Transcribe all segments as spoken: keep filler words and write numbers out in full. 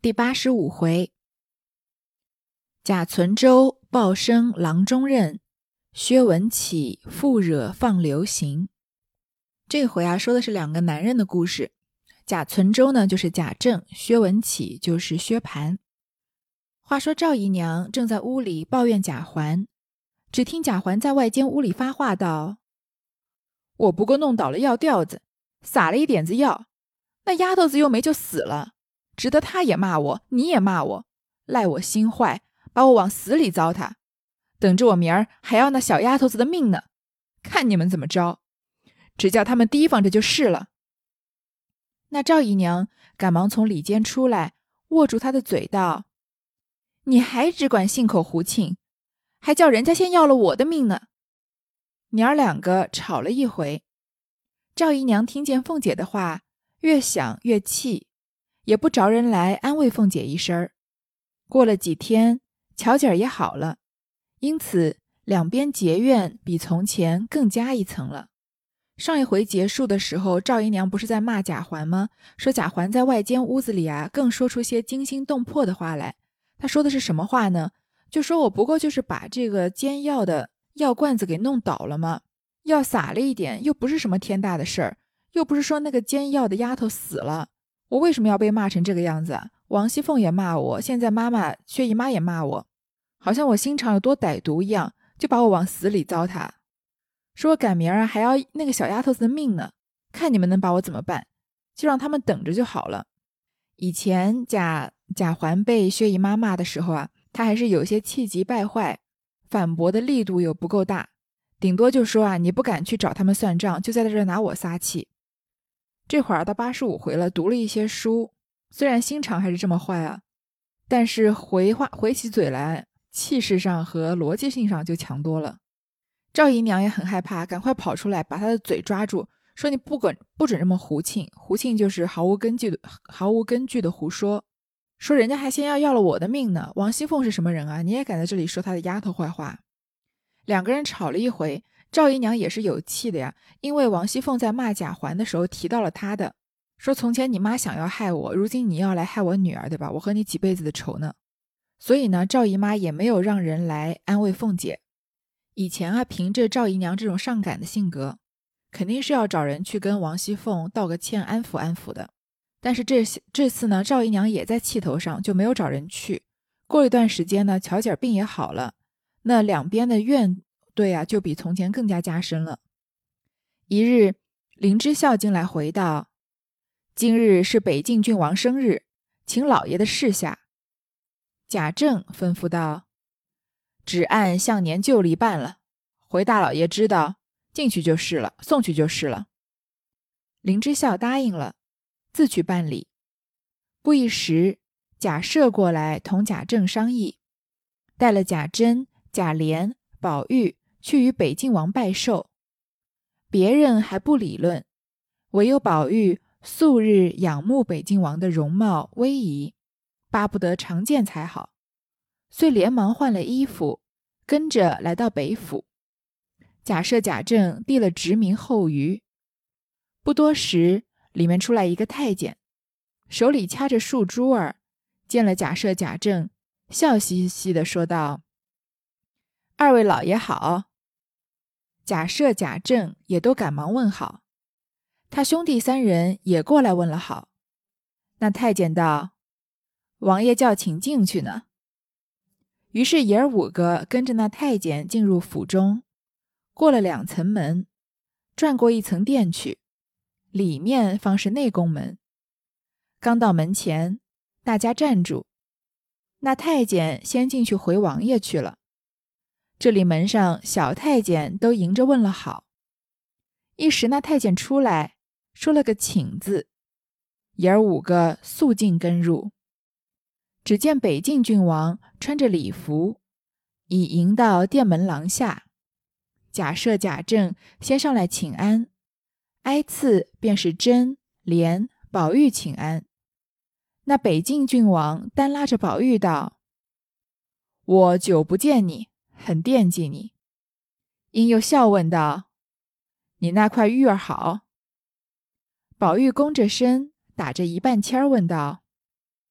第八十五回，贾存周报生郎中任，薛文起复惹放流行。这回啊，说的是两个男人的故事。贾存周呢，就是贾政；薛文起就是薛蟠。话说赵姨娘正在屋里抱怨贾环，只听贾环在外间屋里发话道：“我不过弄倒了药吊子，撒了一点子药，那丫头子又没就死了，值得他也骂我，你也骂我，赖我心坏，把我往死里糟蹋，等着我明儿还要那小丫头子的命呢，看你们怎么着，只叫他们提防着就是了。”那赵姨娘赶忙从里间出来，握住她的嘴道：“你还只管信口胡沁，还叫人家先要了我的命呢。”娘儿两个吵了一回。赵姨娘听见凤姐的话，越想越气，也不着人来安慰凤姐一声。过了几天，巧姐儿也好了，因此两边结怨比从前更加一层了。上一回结束的时候，赵姨娘不是在骂贾环吗？说贾环在外间屋子里啊，更说出些惊心动魄的话来。她说的是什么话呢？就说我不过就是把这个煎药的药罐子给弄倒了嘛，药撒了一点，又不是什么天大的事儿，又不是说那个煎药的丫头死了，我为什么要被骂成这个样子啊？王熙凤也骂我，现在妈妈薛姨妈也骂我，好像我心肠有多歹毒一样，就把我往死里糟蹋，说我赶明儿还要那个小丫头子的命呢，看你们能把我怎么办，就让他们等着就好了。以前贾贾环被薛姨妈骂的时候啊，他还是有些气急败坏，反驳的力度又不够大，顶多就说啊，你不敢去找他们算账，就在这拿我撒气。这会儿到八十五回了，读了一些书，虽然心肠还是这么坏啊，但是回话回起嘴来，气势上和逻辑性上就强多了。赵姨娘也很害怕，赶快跑出来把她的嘴抓住，说你不准不准这么胡沁，胡沁就是毫无根据的毫无根据的胡说，说人家还先要要了我的命呢，王熙凤是什么人啊，你也敢在这里说她的丫头坏话。两个人吵了一回，赵姨娘也是有气的呀，因为王熙凤在骂贾环的时候提到了她的，说从前你妈想要害我，如今你要来害我女儿，对吧？我和你几辈子的仇呢。所以呢，赵姨妈也没有让人来安慰凤姐。以前啊，凭着赵姨娘这种上赶的性格，肯定是要找人去跟王熙凤道个歉，安抚安抚的。但是这这次呢，赵姨娘也在气头上，就没有找人去。过了一段时间呢，巧姐儿病也好了，那两边的怨对啊，就比从前更加加深了。一日，林之孝进来回道：“今日是北静郡王生日，请老爷的示下。”贾政吩咐道：“只按向年旧例办了，回大老爷知道，进去就是了，送去就是了。”林之孝答应了，自去办理。不一时，贾赦过来同贾政商议，带了贾珍、贾琏、宝玉去与北静王拜寿。别人还不理论，唯有宝玉素日仰慕北静王的容貌威仪，巴不得常见才好，遂连忙换了衣服，跟着来到北府。贾赦、贾政递了职名后谕，不多时，里面出来一个太监，手里掐着树珠儿，见了贾赦、贾政，笑嘻嘻地说道：“二位老爷好。”贾赦、贾政也都赶忙问好，他兄弟三人也过来问了好。那太监道：“王爷叫请进去呢。”于是爷儿五个跟着那太监进入府中，过了两层门，转过一层殿去，里面方是内宫门。刚到门前，大家站住，那太监先进去回王爷去了。这里门上小太监都迎着问了好。一时那太监出来，说了个请字，爷儿五个速进跟入。只见北静郡王穿着礼服，已迎到殿门廊下。贾赦、贾政先上来请安，挨次便是珍、琏、宝玉请安。那北静郡王单拉着宝玉道：“我久不见你，很惦记你。”因又笑问道：“你那块玉儿好？”宝玉弓着身，打着一半签问道：“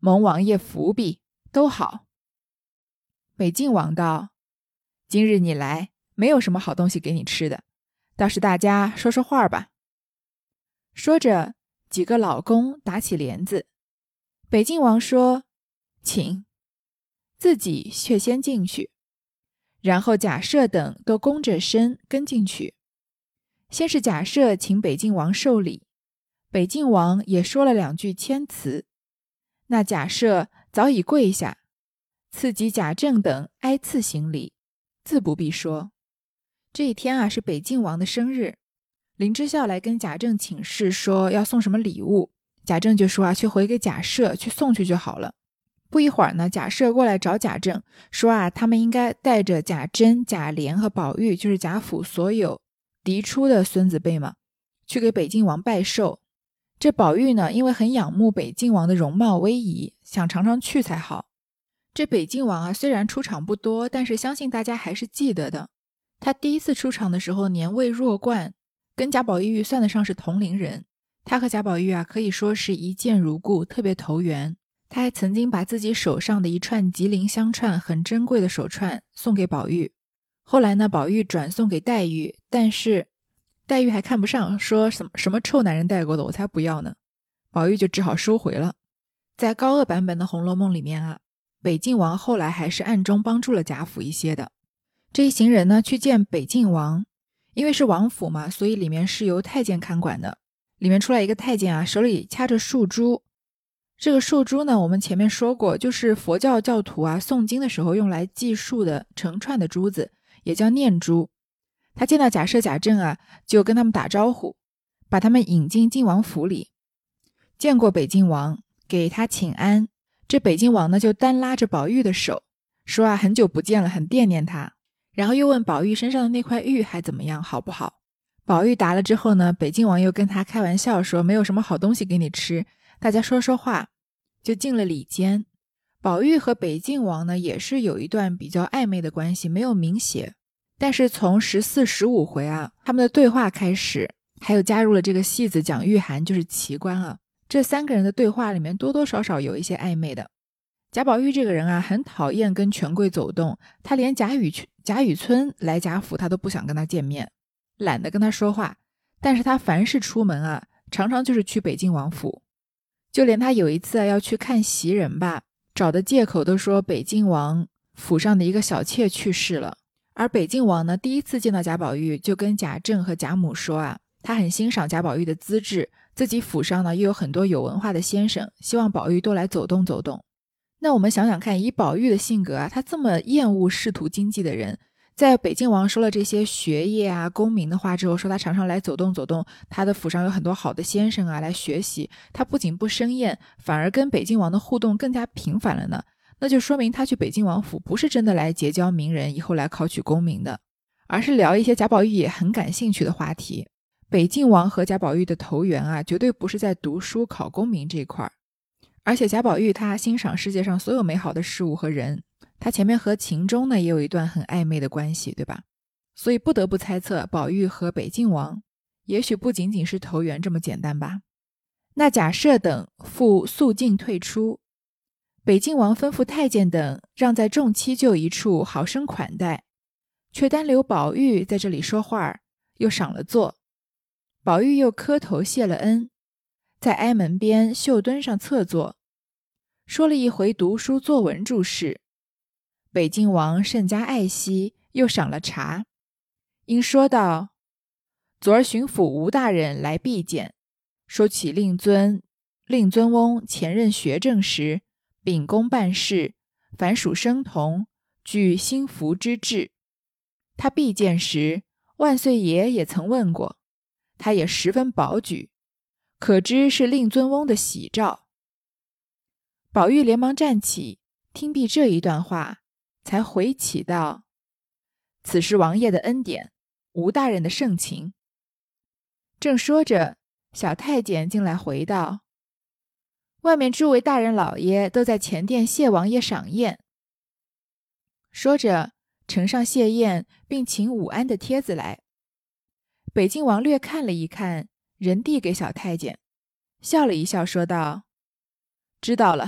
蒙王爷福庇，都好。”北静王道：“今日你来，没有什么好东西给你吃的，倒是大家说说话吧。”说着，几个老公打起帘子。北静王说：“请。”自己却先进去，然后贾赦等都弓着身跟进去。先是贾赦请北静王受礼，北静王也说了两句谦辞。那贾赦早已跪下，次及贾政等挨次行礼，自不必说。这一天啊，是北静王的生日，林之孝来跟贾政请示说要送什么礼物，贾政就说啊，去回给贾赦去送去就好了。不一会儿呢，贾赦过来找贾政说啊，他们应该带着贾珍、贾琏和宝玉，就是贾府所有嫡出的孙子辈嘛，去给北静王拜寿。这宝玉呢，因为很仰慕北静王的容貌威仪，想常常去才好。这北静王啊，虽然出场不多，但是相信大家还是记得的。他第一次出场的时候年未弱冠，跟贾宝玉算得上是同龄人。他和贾宝玉啊，可以说是一见如故，特别投缘。他还曾经把自己手上的一串吉林香串，很珍贵的手串送给宝玉。后来呢，宝玉转送给黛玉，但是黛玉还看不上，说什么什么臭男人带过的，我才不要呢。宝玉就只好收回了。在高鹗版本的《红楼梦》里面啊，北静王后来还是暗中帮助了贾府一些的。这一行人呢，去见北静王，因为是王府嘛，所以里面是由太监看管的。里面出来一个太监啊，手里掐着树珠。这个树珠呢，我们前面说过，就是佛教教徒啊诵经的时候用来计数的成串的珠子，也叫念珠。他见到贾赦、贾政啊，就跟他们打招呼，把他们引进晋王府里。见过北静王，给他请安。这北静王呢，就单拉着宝玉的手，说啊，很久不见了，很惦念他。然后又问宝玉身上的那块玉还怎么样，好不好？宝玉答了之后呢，北静王又跟他开玩笑说，没有什么好东西给你吃，大家说说话，就进了里间。宝玉和北静王呢，也是有一段比较暧昧的关系，没有明写。但是从十四、十五回啊，他们的对话开始，还有加入了这个戏子蒋玉菡，就是奇观啊。这三个人的对话里面多多少少有一些暧昧的。贾宝玉这个人啊，很讨厌跟权贵走动，他连贾雨贾雨村来贾府他都不想跟他见面，懒得跟他说话。但是他凡是出门啊，常常就是去北静王府。就连他有一次啊要去看袭人吧，找的借口都说北静王府上的一个小妾去世了。而北静王呢，第一次见到贾宝玉，就跟贾政和贾母说啊，他很欣赏贾宝玉的资质，自己府上呢又有很多有文化的先生，希望宝玉多来走动走动。那我们想想看，以宝玉的性格啊，他这么厌恶仕途经济的人，在北静王说了这些学业啊功名的话之后，说他常常来走动走动，他的府上有很多好的先生啊来学习，他不仅不生厌，反而跟北静王的互动更加频繁了呢。那就说明他去北静王府不是真的来结交名人，以后来考取功名的，而是聊一些贾宝玉也很感兴趣的话题。北静王和贾宝玉的投缘啊，绝对不是在读书考功名这一块。而且贾宝玉他欣赏世界上所有美好的事物和人，他前面和秦钟呢也有一段很暧昧的关系，对吧？所以不得不猜测，宝玉和北静王也许不仅仅是投缘这么简单吧。那贾赦等复肃静退出，北静王吩咐太监等让在众七舅一处好生款待，却单留宝玉在这里说话，又赏了座。宝玉又磕头谢了恩，在挨门边绣墩上侧坐，说了一回读书作文注释。北静王甚加爱惜，又赏了茶，因说道：昨儿巡抚吴大人来必见，说起令尊令尊翁前任学政时，秉公办事，凡属生童，具心服之志。他必见时，万岁爷也曾问过，他也十分保举，可知是令尊翁的喜兆。宝玉连忙站起，听毕这一段话，才回起道：此是王爷的恩典，吴大人的盛情。正说着，小太监进来回道：外面诸位大人老爷都在前殿谢王爷赏宴。说着呈上谢宴并请午安的帖子来。北静王略看了一看，人递给小太监，笑了一笑说道：知道了，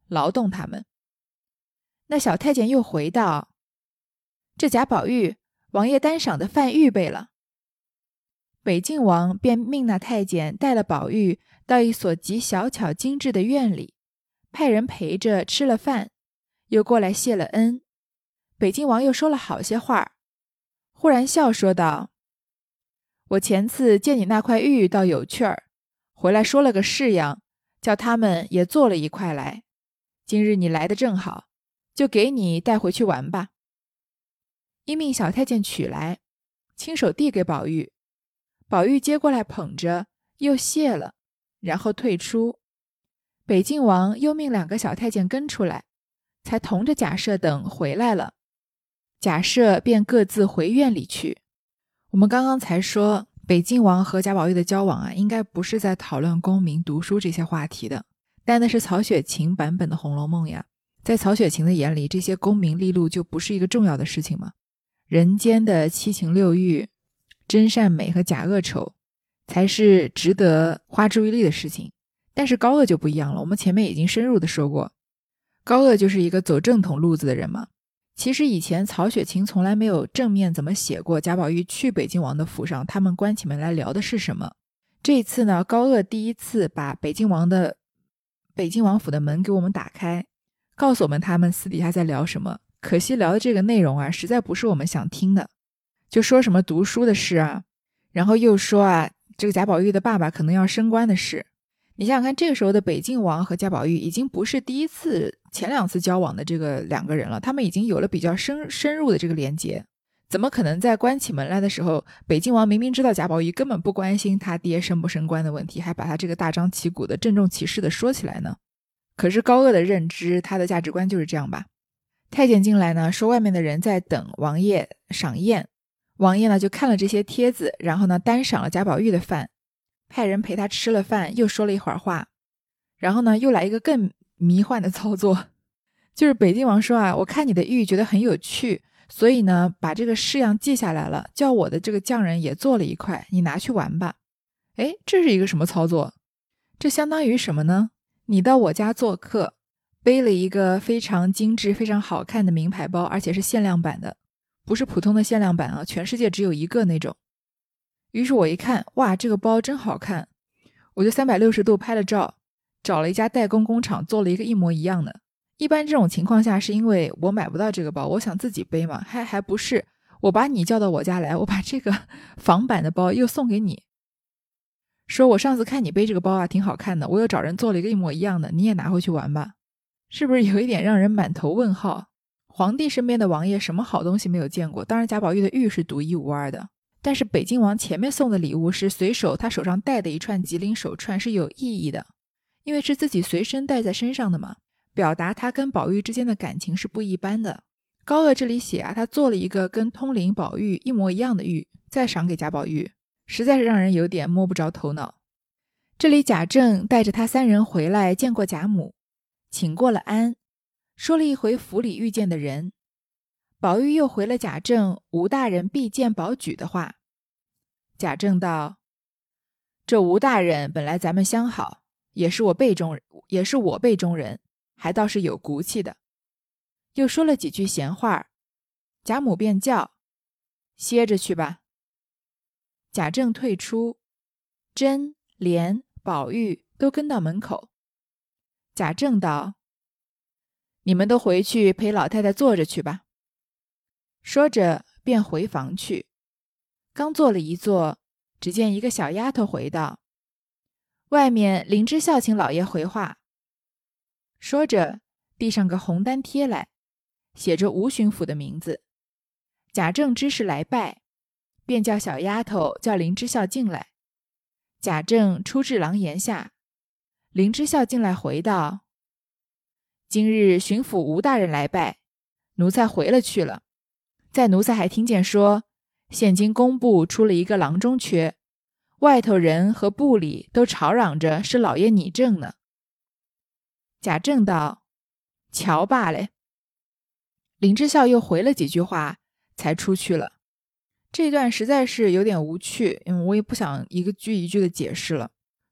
劳动他们。那小太监又回道：这贾宝玉，王爷单赏的饭预备了。北静王便命那太监带了宝玉到一所极小巧精致的院里，派人陪着吃了饭，又过来谢了恩。北静王又说了好些话，忽然笑说道：我前次见你那块玉倒有趣儿，回来说了个式样，叫他们也做了一块来。今日你来的正好，就给你带回去玩吧。一命小太监取来，亲手递给宝玉。宝玉接过来捧着，又谢了，然后退出。北静王又命两个小太监跟出来，才同着贾赦等回来了。贾赦便各自回院里去。我们刚刚才说北静王和贾宝玉的交往啊，应该不是在讨论功名读书这些话题的，但那是曹雪芹版本的《红楼梦》呀。在曹雪芹的眼里，这些功名利禄就不是一个重要的事情吗？人间的七情六欲、真善美和假恶丑才是值得花注意力的事情。但是高鹗就不一样了，我们前面已经深入的说过，高鹗就是一个走正统路子的人嘛。其实以前曹雪芹从来没有正面怎么写过贾宝玉去北静王的府上，他们关起门来聊的是什么。这一次呢，高鹗第一次把北静王的北静王府的门给我们打开，告诉我们他们私底下在聊什么。可惜聊的这个内容啊，实在不是我们想听的，就说什么读书的事啊，然后又说啊，这个贾宝玉的爸爸可能要升官的事。你想想看，这个时候的北静王和贾宝玉已经不是第一次前两次交往的这个两个人了，他们已经有了比较深深入的这个连结。怎么可能在关起门来的时候，北静王明明知道贾宝玉根本不关心他爹升不升官的问题，还把他这个大张旗鼓的郑重其事的说起来呢？可是高鹗的认知，他的价值观就是这样吧。太监进来呢，说外面的人在等王爷赏宴，王爷呢就看了这些帖子，然后呢单赏了贾宝玉的饭，派人陪他吃了饭，又说了一会儿话，然后呢又来一个更迷幻的操作，就是北静王说啊，我看你的玉觉得很有趣，所以呢把这个式样记下来了，叫我的这个匠人也做了一块，你拿去玩吧。诶，这是一个什么操作？这相当于什么呢？你到我家做客，背了一个非常精致非常好看的名牌包，而且是限量版的，不是普通的限量版啊，全世界只有一个那种。于是我一看，哇，这个包真好看，我就三百六十度拍了照，找了一家代工工厂做了一个一模一样的。一般这种情况下是因为我买不到这个包，我想自己背嘛，还还不是我把你叫到我家来，我把这个仿版的包又送给你，说我上次看你背这个包啊挺好看的，我又找人做了一个一模一样的，你也拿回去玩吧。是不是有一点让人满头问号？皇帝身边的王爷什么好东西没有见过？当然贾宝玉的玉是独一无二的，但是北静王前面送的礼物是随手他手上戴的一串吉林手串，是有意义的，因为是自己随身带在身上的嘛，表达他跟宝玉之间的感情是不一般的。高鹗这里写啊，他做了一个跟通灵宝玉一模一样的玉，再赏给贾宝玉，实在是让人有点摸不着头脑。这里贾政带着他三人回来见过贾母，请过了安，说了一回府里遇见的人。宝玉又回了贾政吴大人必见宝举的话。贾政道：这吴大人本来咱们相好，也是我辈中也是我辈中人，还倒是有骨气的。又说了几句闲话，贾母便叫：歇着去吧。贾政退出，珍、莲、宝玉都跟到门口。贾政道：你们都回去陪老太太坐着去吧。说着便回房去，刚坐了一坐，只见一个小丫头回道：外面林之孝请老爷回话。说着递上个红单贴来，写着吴巡抚的名字。贾政知是来拜，便叫小丫头叫林之孝进来。贾政出至廊檐下，林之孝进来回道：今日巡抚吴大人来拜，奴才回了去了。在奴才还听见说，现今工部出了一个郎中缺，外头人和部里都吵嚷着是老爷拟正呢。贾政道：瞧罢嘞。林之孝又回了几句话，才出去了。这段实在是有点无趣，因为我也不想一个句一句的解释了。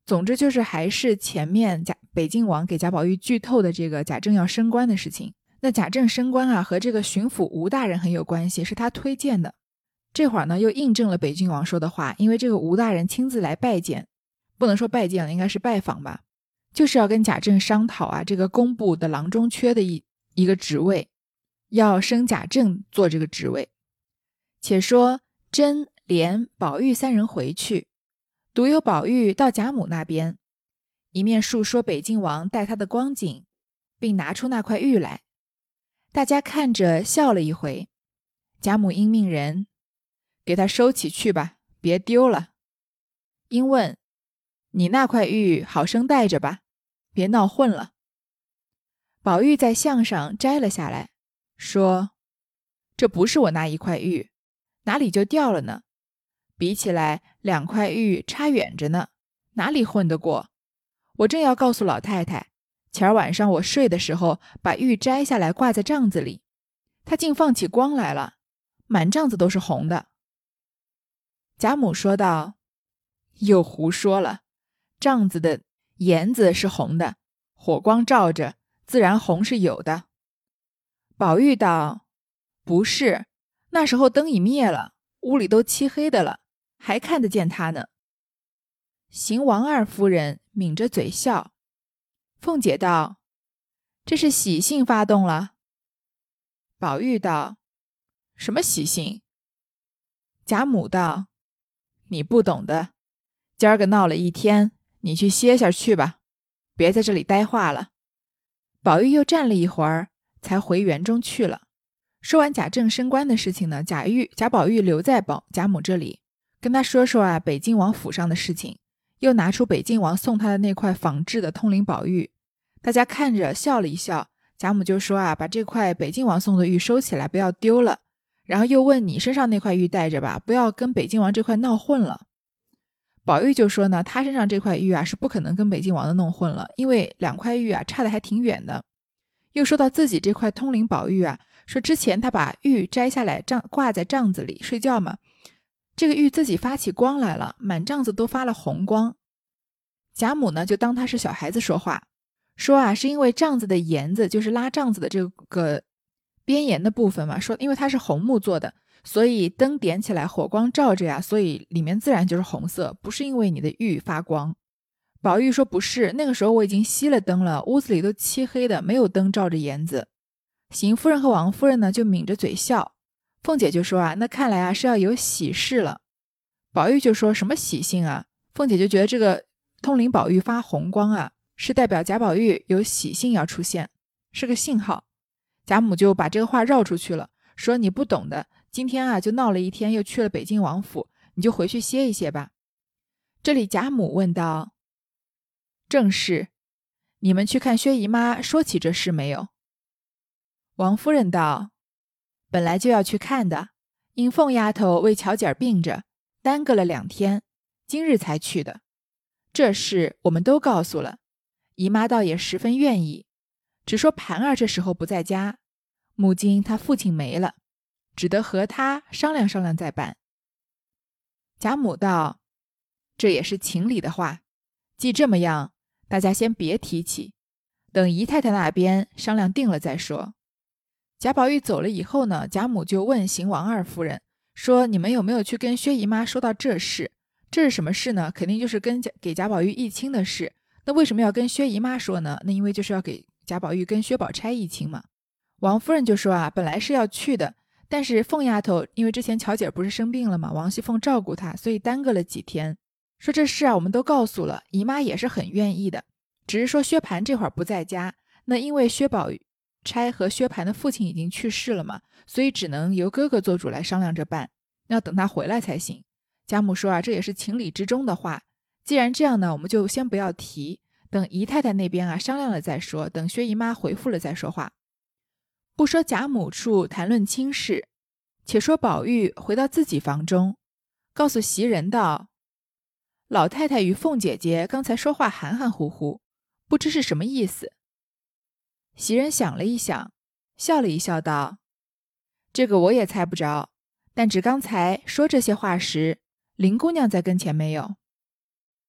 总之就是还是前面贾北静王给贾宝玉剧透的这个贾政要升官的事情。那贾政升官啊，和这个巡抚吴大人很有关系，是他推荐的。这会儿呢，又印证了北静王说的话，因为这个吴大人亲自来拜见，不能说拜见了，应该是拜访吧，就是要跟贾政商讨啊，这个工部的郎中缺的一一个职位，要升贾政做这个职位。且说甄、莲、宝玉三人回去，独有宝玉到贾母那边，一面述说北静王待他的光景，并拿出那块玉来。大家看着笑了一回，贾母因命人给他收起去吧，别丢了。因问：你那块玉好生带着吧，别闹混了。宝玉在项上摘了下来，说：这不是我那一块玉，哪里就掉了呢？比起来两块玉差远着呢，哪里混得过？我正要告诉老太太，前儿晚上我睡的时候把玉摘下来挂在帐子里，她竟放起光来了，满帐子都是红的。贾母说道：又胡说了，帐子的檐子是红的，火光照着，自然红是有的。宝玉道：不是，那时候灯已灭了，屋里都漆黑的了，还看得见他呢。邢王二夫人抿着嘴笑。凤姐道：这是喜性发动了。宝玉道：什么喜性？贾母道：你不懂的，今儿个闹了一天，你去歇下去吧，别在这里呆话了。宝玉又站了一会儿，才回园中去了。说完贾政升官的事情呢，贾玉贾宝玉留在宝贾母这里，跟他说说啊北静王府上的事情，又拿出北静王送他的那块仿制的通灵宝玉。大家看着笑了一笑，贾母就说啊，把这块北静王送的玉收起来，不要丢了。然后又问你身上那块玉带着吧，不要跟北静王这块闹混了。宝玉就说呢，他身上这块玉啊是不可能跟北静王的弄混了，因为两块玉啊差得还挺远的。又说到自己这块通灵宝玉啊，说之前他把玉摘下来帐挂在帐子里睡觉嘛，这个玉自己发起光来了，满帐子都发了红光。贾母呢就当他是小孩子说话，说啊是因为帐子的檐子，就是拉帐子的这个边沿的部分嘛，说因为它是红木做的，所以灯点起来火光照着呀，所以里面自然就是红色，不是因为你的玉发光。宝玉说不是，那个时候我已经熄了灯了，屋子里都漆黑的，没有灯照着檐子。邢夫人和王夫人呢就抿着嘴笑。凤姐就说啊，那看来啊是要有喜事了。宝玉就说什么喜性啊？凤姐就觉得这个通灵宝玉发红光啊，是代表贾宝玉有喜性要出现，是个信号。贾母就把这个话绕出去了，说你不懂的，今天啊就闹了一天，又去了北静王府，你就回去歇一歇吧。这里贾母问道：正是，你们去看薛姨妈说起这事没有？王夫人道：本来就要去看的，因凤丫头为巧姐儿病着，耽搁了两天，今日才去的。这事我们都告诉了，姨妈倒也十分愿意，只说盘儿这时候不在家，母今她父亲没了，只得和她商量商量再办。贾母道：这也是情理的话，既这么样，大家先别提起，等姨太太那边商量定了再说。贾宝玉走了以后呢，贾母就问邢王二夫人说，你们有没有去跟薛姨妈说到这事？这是什么事呢？肯定就是跟给贾宝玉议亲的事。那为什么要跟薛姨妈说呢？那因为就是要给贾宝玉跟薛宝钗议亲嘛。王夫人就说啊，本来是要去的，但是凤丫头因为之前巧姐不是生病了嘛，王熙凤照顾她，所以耽搁了几天。说这事啊我们都告诉了，姨妈也是很愿意的，只是说薛蟠这会儿不在家，那因为薛宝钗和薛蟠的父亲已经去世了嘛，所以只能由哥哥做主来商量着办，要等他回来才行。贾母说啊，这也是情理之中的话，既然这样呢，我们就先不要提，等姨太太那边啊商量了再说，等薛姨妈回复了再说话。不说贾母处谈论亲事，且说宝玉回到自己房中，告诉袭人道：老太太与凤姐姐刚才说话含含糊糊，不知是什么意思。袭人想了一想，笑了一笑道：这个我也猜不着，但只刚才说这些话时，林姑娘在跟前没有？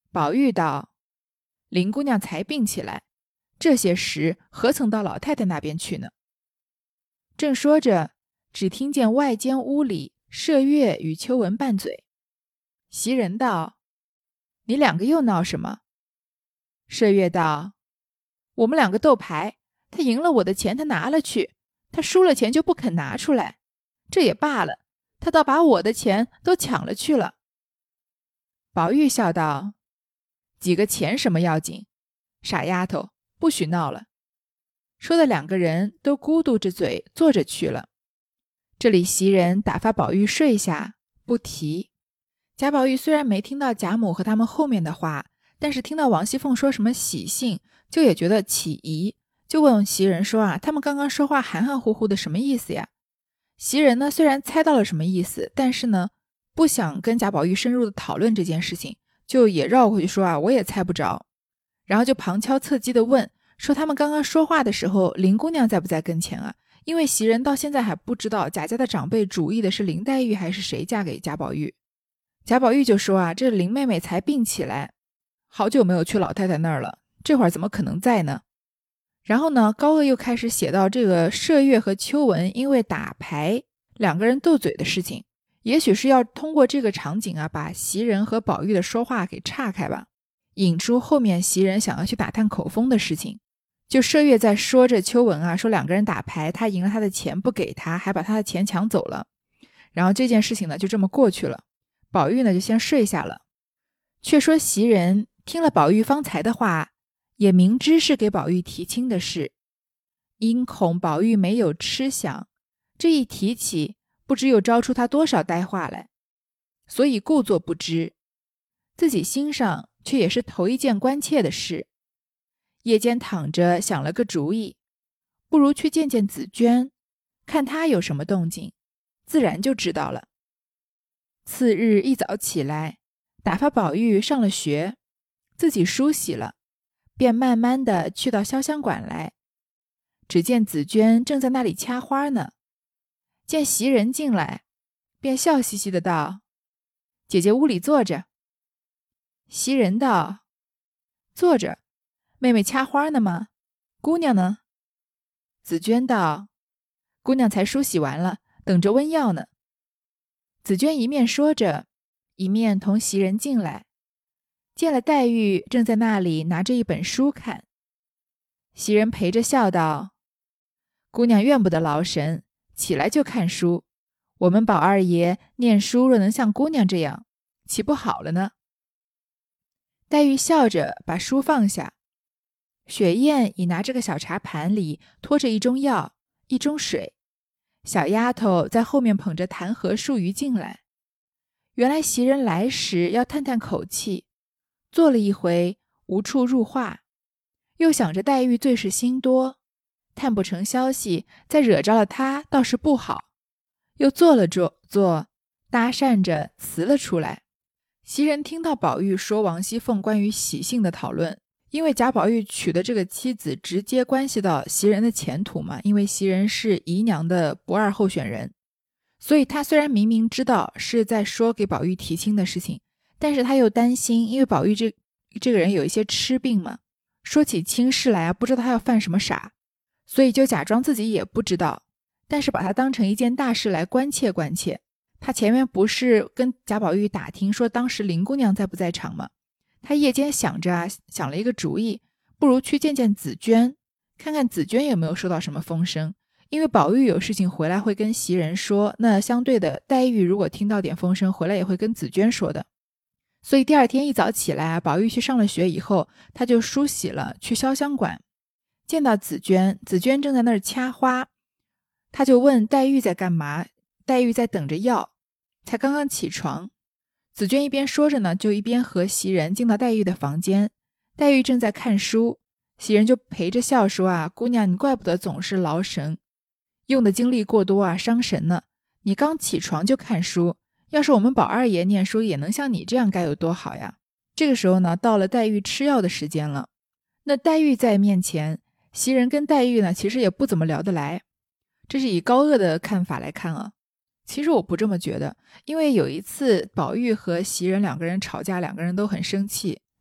宝玉道：林姑娘才病起来，这些时何曾到老太太那边去呢？正说着，只听见外间屋里麝月与秋纹拌嘴。袭人道：你两个又闹什么？麝月道：我们两个斗牌，他赢了我的钱他拿了去，他输了钱就不肯拿出来，这也罢了，他倒把我的钱都抢了去了。宝玉笑道：几个钱什么要紧，傻丫头，不许闹了。说的两个人都咕嘟着嘴坐着去了。这里袭人打发宝玉睡下不提。贾宝玉虽然没听到贾母和他们后面的话，但是听到王熙凤说什么喜信，就也觉得起疑，就问袭人说啊，他们刚刚说话含含糊糊的什么意思呀？袭人呢虽然猜到了什么意思，但是呢不想跟贾宝玉深入的讨论这件事情，就也绕回去说啊，我也猜不着。然后就旁敲侧击的问说，他们刚刚说话的时候林姑娘在不在跟前啊？因为袭人到现在还不知道贾家的长辈主意的是林黛玉还是谁嫁给贾宝玉。贾宝玉就说啊，这林妹妹才病起来，好久没有去老太太那儿了，这会儿怎么可能在呢？然后呢，高鹗又开始写到这个麝月和秋纹因为打牌两个人斗嘴的事情，也许是要通过这个场景啊，把袭人和宝玉的说话给岔开吧，引出后面袭人想要去打探口风的事情。就麝月在说着秋纹啊，说两个人打牌，他赢了他的钱不给他，还把他的钱抢走了，然后这件事情呢就这么过去了。宝玉呢就先睡下了。却说袭人听了宝玉方才的话，也明知是给宝玉提亲的事，因恐宝玉没有吃想，这一提起不知又招出他多少呆话来，所以故作不知，自己心上却也是头一件关切的事。夜间躺着想了个主意，不如去见见紫娟，看她有什么动静，自然就知道了。次日一早起来，打发宝玉上了学，自己梳洗了，便慢慢的去到潇湘馆来。只见紫娟正在那里掐花呢，见袭人进来，便笑嘻嘻的道：姐姐屋里坐着。袭人道：坐着，妹妹掐花呢吗？姑娘呢？紫娟道：姑娘才梳洗完了，等着温药呢。紫娟一面说着，一面同袭人进来，见了黛玉正在那里拿着一本书看。袭人陪着笑道：姑娘怨不得劳神，起来就看书，我们宝二爷念书若能像姑娘这样，岂不好了呢？黛玉笑着把书放下，雪雁已拿着个小茶盘里托着一盅药一盅水，小丫头在后面捧着弹劾数鱼进来。原来袭人来时要探探口气，坐了一回无处入话，又想着黛玉最是心多，探不成消息，再惹着了她倒是不好，又坐了坐坐，搭讪着辞了出来。袭人听到宝玉说王熙凤关于喜信的讨论，因为贾宝玉娶的这个妻子直接关系到袭人的前途嘛，因为袭人是姨娘的不二候选人，所以他虽然明明知道是在说给宝玉提亲的事情，但是他又担心，因为宝玉这这个人有一些痴病嘛，说起亲事来啊，不知道他要犯什么傻，所以就假装自己也不知道，但是把它当成一件大事来关切关切。他前面不是跟贾宝玉打听说当时林姑娘在不在场吗？他夜间想着啊，想了一个主意，不如去见见紫娟，看看紫娟有没有收到什么风声。因为宝玉有事情回来会跟袭人说，那相对的黛玉如果听到点风声回来也会跟紫娟说的。所以第二天一早起来啊，宝玉去上了学以后，他就梳洗了，去潇湘馆，见到紫娟，紫娟正在那儿掐花，他就问黛玉在干嘛，黛玉在等着药，才刚刚起床。紫娟一边说着呢，就一边和袭人进到黛玉的房间。黛玉正在看书，袭人就陪着笑说啊，姑娘你怪不得总是劳神，用的精力过多啊，伤神呢。你刚起床就看书，要是我们宝二爷念书也能像你这样该有多好呀。这个时候呢，到了黛玉吃药的时间了。那黛玉在面前，袭人跟黛玉呢其实也不怎么聊得来，这是以高鹗的看法来看啊。其实我不这么觉得，因为有一次宝玉和袭人两个人吵架，两个人都很生气，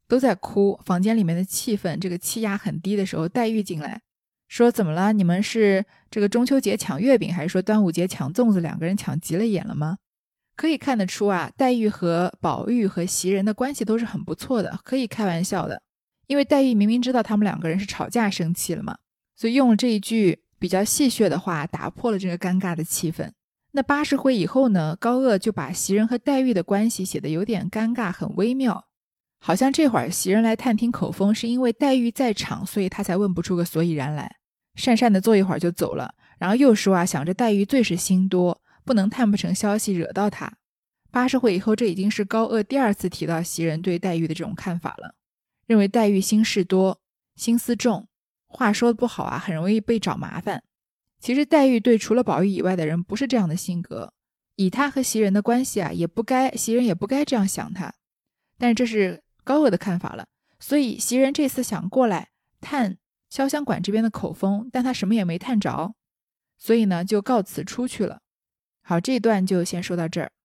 都在哭，房间里面的气氛这个气压很低的时候，黛玉进来说怎么了，你们是这个中秋节抢月饼，还是说端午节抢粽子，两个人抢急了眼了吗？可以看得出啊，黛玉和宝玉和袭人的关系都是很不错的，可以开玩笑的。因为黛玉明明知道他们两个人是吵架生气了嘛，所以用了这一句比较戏谑的话打破了这个尴尬的气氛。那八十回以后呢，高鹗就把袭人和黛玉的关系写得有点尴尬，很微妙，好像这会儿袭人来探听口风是因为黛玉在场，所以他才问不出个所以然来，讪讪的坐一会儿就走了，然后又说啊，想着黛玉最是心多，不能探不成消息惹到她。八十回以后，这已经是高鹗第二次提到袭人对黛玉的这种看法了，认为黛玉心事多，心思重，话说不好啊，很容易被找麻烦。其实黛玉对除了宝玉以外的人不是这样的性格，以她和袭人的关系啊，也不该袭人也不该这样想她。但是这是高鹗的看法了，所以袭人这次想过来探潇湘馆这边的口风，但她什么也没探着，所以呢就告辞出去了。好，这一段就先说到这儿。